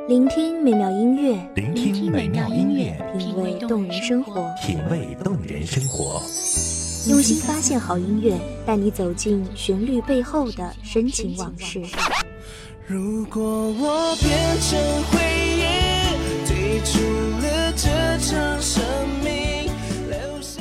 聆听美妙音乐， 聆听美妙音乐， 品味动人生活， 品味动人生活。 用心发现好音乐，带你走进旋律背后的深情往事。 如果我变成回忆，退出了这场生命，留下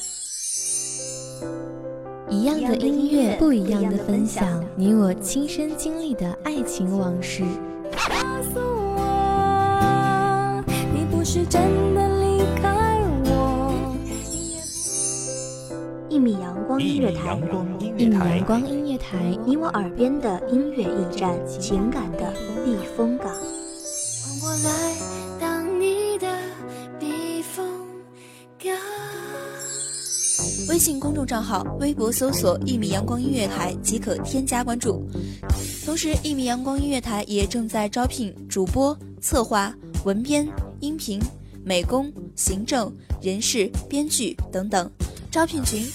一样的音乐，不一样的分享，你我亲身经历的爱情往事。 告诉我，你不是真的离开我。 一米阳光音乐台， 一米阳光音乐台， 你我耳边的音乐驿站，情感的避风港。 换我来当你的避风港。 微信公众账号、微博搜索“一米阳光音乐台”即可添加关注。同时，一米阳光音乐台也正在招聘主播、策划、文编、音频、美工、行政、人事、编剧等等。招聘群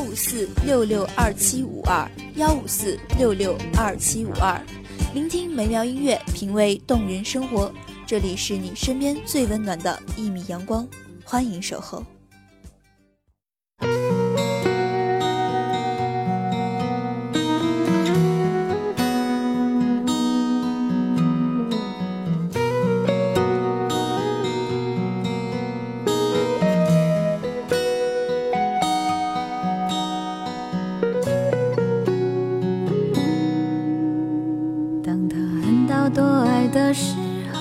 154662752，154662752。聆听美妙音乐，品味动人生活。这里是你身边最温暖的一米阳光，欢迎守候。 多爱的时候，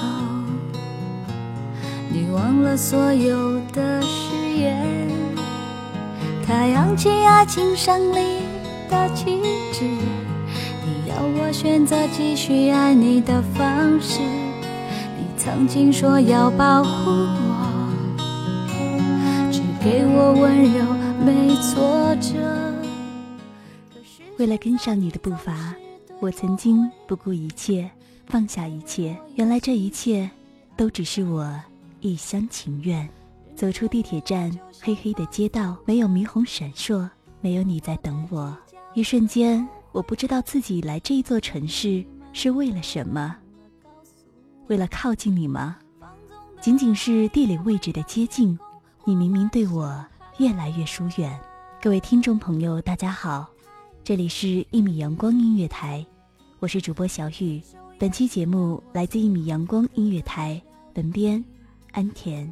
你忘了所有的誓言，他扬起爱情胜利的旗帜，你要我选择继续爱你的方式，你曾经说要保护我，只给我温柔没挫折。 为了跟上你的步伐，我曾经不顾一切，放下一切，原来这一切都只是我一厢情愿。走出地铁站，黑黑的街道没有霓虹闪烁，没有你在等我。一瞬间，我不知道自己来这一座城市是为了什么。为了靠近你吗？仅仅是地理位置的接近，你明明对我越来越疏远。各位听众朋友大家好，这里是一米阳光音乐台，我是主播小雨。本期节目来自一米阳光音乐台，本编安田。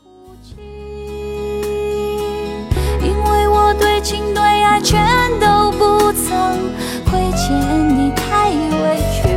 因为我对情对爱全都不曾亏欠你，太委屈，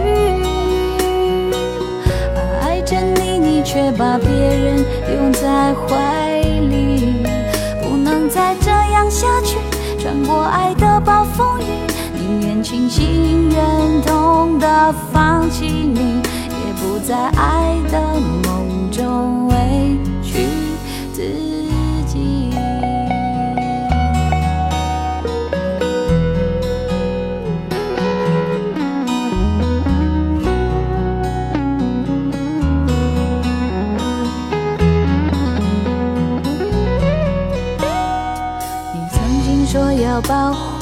爱着你，你却把别人拥在怀里，不能再这样下去，穿过爱的暴风雨，宁愿清醒忍痛的放弃你，也不在爱的梦中委屈自己。你曾经说要保护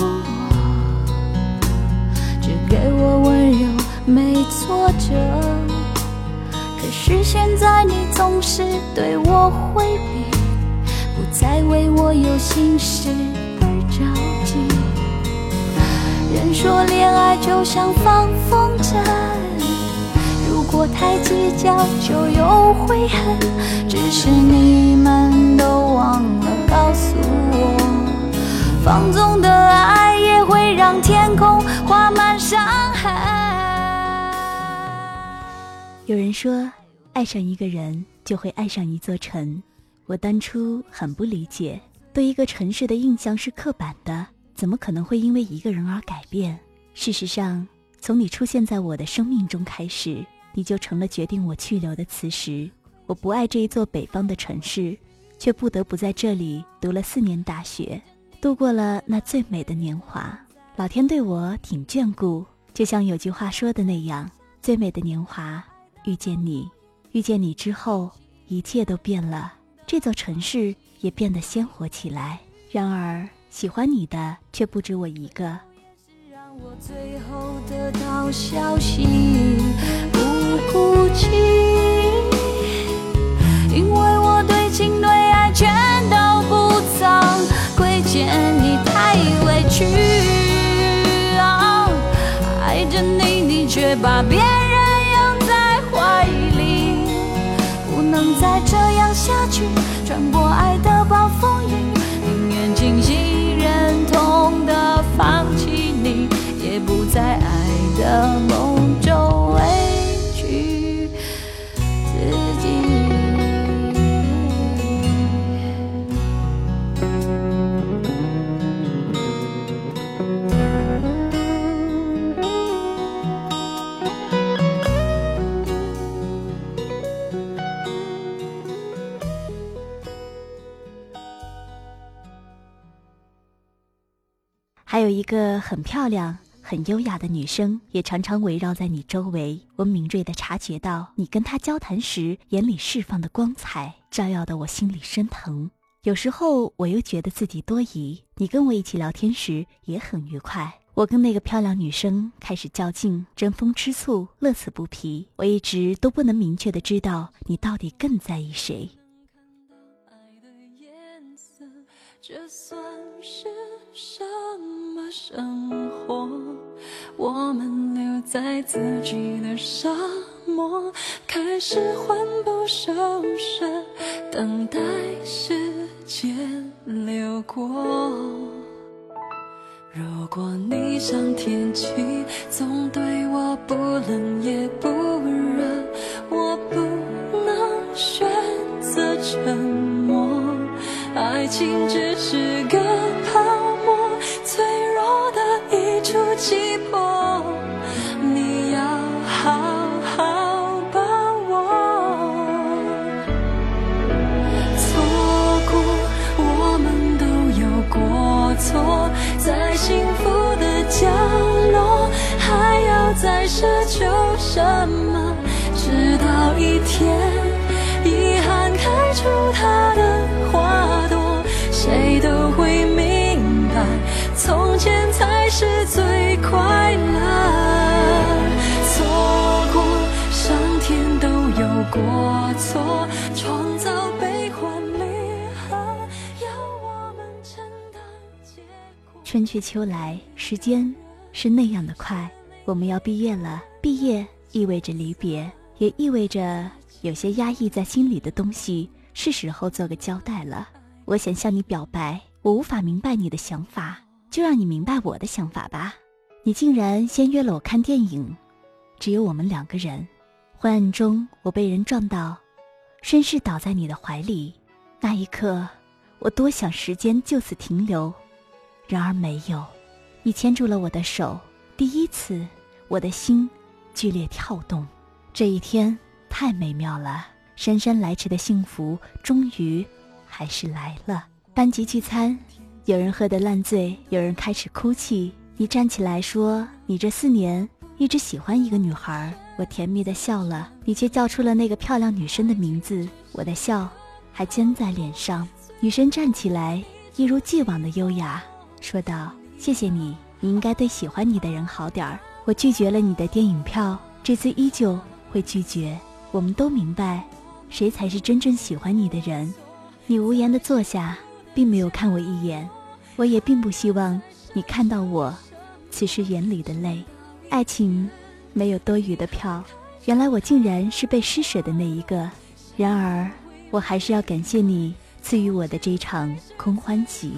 没挫折，可是现在你总是对我回避，不再为我有心事而着急。人说恋爱就像放风筝，如果太计较就有悔恨，只是你们都忘了告诉我，放纵的爱也会让天空画满伤痕。 有人说，爱上一个人就会爱上一座城。我当初很不理解，对一个城市的印象是刻板的，怎么可能会因为一个人而改变？事实上，从你出现在我的生命中开始，你就成了决定我去留的磁石。我不爱这一座北方的城市，却不得不在这里读了4年大学，度过了那最美的年华。老天对我挺眷顾，就像有句话说的那样，最美的年华遇见你，遇见你之后，一切都变了，这座城市也变得鲜活起来。然而，喜欢你的却不止我一个。 让我最后得到消息，不哭泣。 却把别人养在怀里。不能再这样下去，穿过爱的暴风雨，宁愿惊喜忍痛的放弃你，也不在爱的梦中委屈自己。 还有一个很漂亮很优雅的女生也常常围绕在你周围，我敏锐地察觉到你跟她交谈时眼里释放的光彩，照耀得我心里生疼。有时候我又觉得自己多疑，你跟我一起聊天时也很愉快。我跟那个漂亮女生开始较劲，争风吃醋，乐此不疲。我一直都不能明确地知道你到底更在意谁。 这算是什么生活？我们留在自己的沙漠，开始魂不守舍，等待时间流过。如果你像天气，总对我不冷也不热，我不能选择沉默。爱情只是个泡沫，脆弱的一触即破，你要好好把握。错过，我们都有过错，在幸福的角落，还要再奢求什么？直到一天，遗憾开出它的花朵，谁都会明白，从前才是最快乐。错过，上天都有过错，创造悲欢离合，要我们承担结果。 春去秋来，时间是那样的快，我们要毕业了。毕业意味着离别，也意味着有些压抑在心里的东西是时候做个交代了。我想向你表白，我无法明白你的想法，就让你明白我的想法吧。你竟然先约了我看电影，只有我们2个人。昏暗中我被人撞到，顺势倒在你的怀里，那一刻我多想时间就此停留，然而没有。你牵住了我的手，第一次我的心剧烈跳动。这一天太美妙了，姗姗来迟的幸福终于还是来了。班级聚餐，有人喝得烂醉，有人开始哭泣。你站起来说，你这4年一直喜欢一个女孩。我甜蜜地笑了，你却叫出了那个漂亮女生的名字，我的笑还僵在脸上。女生站起来，一如既往的优雅，说道，谢谢你，你应该对喜欢你的人好点儿。我拒绝了你的电影票，这次依旧会拒绝。我们都明白，谁才是真正喜欢你的人。你无言地坐下，并没有看我一眼，我也并不希望你看到我此时眼里的泪。爱情没有多余的票，原来我竟然是被施舍的那一个。然而我还是要感谢你赐予我的这场空欢喜。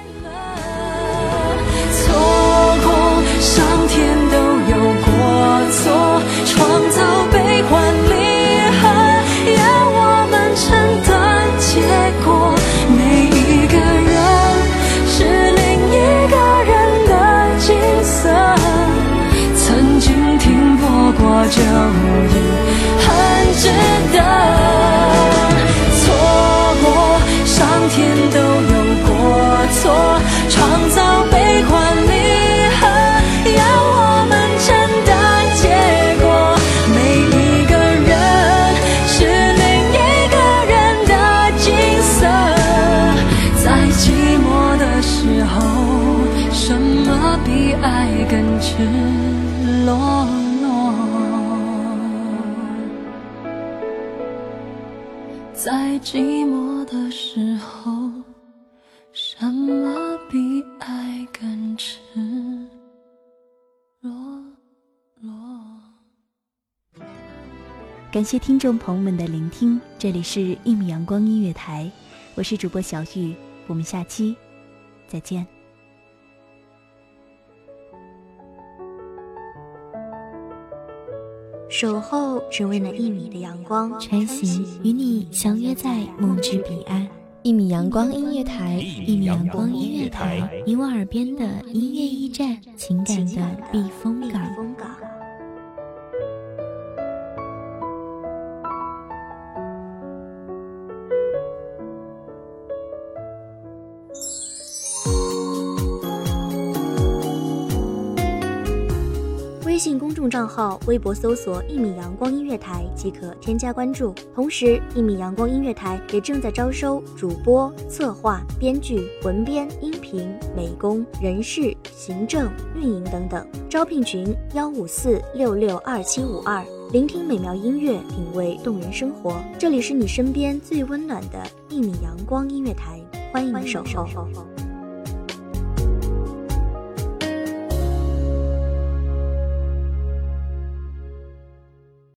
错过，上天都有过错，创造悲欢离合，要我们承担结果。每一个人是另一个人的景色，曾经停泊过就已很值得。错过，上天都有过错，创造悲欢离合，要我们承担结果。每一个人是另一个人的景色，在寂寞的时候，什么比爱更赤裸裸？在寂寞的时候，什么比爱更赤裸裸？ 感谢听众朋友们的聆听，这里是1米阳光音乐台，我是主播小玉，我们下期再见。 守候只为那1米的阳光， 穿行与你相约在梦之彼岸。1米阳光音乐台，1米阳光音乐台，你我耳边的音乐驿站，情感的避风港。 微信公众账号、微博搜索1米阳光音乐台即可添加关注。同时，1米阳光音乐台也正在招收主播、策划、编剧、文编、音频、美工、人事、行政、运营等等。招聘群154662752。聆听美妙音乐，品味动人生活。这里是你身边最温暖的1米阳光音乐台，欢迎守候。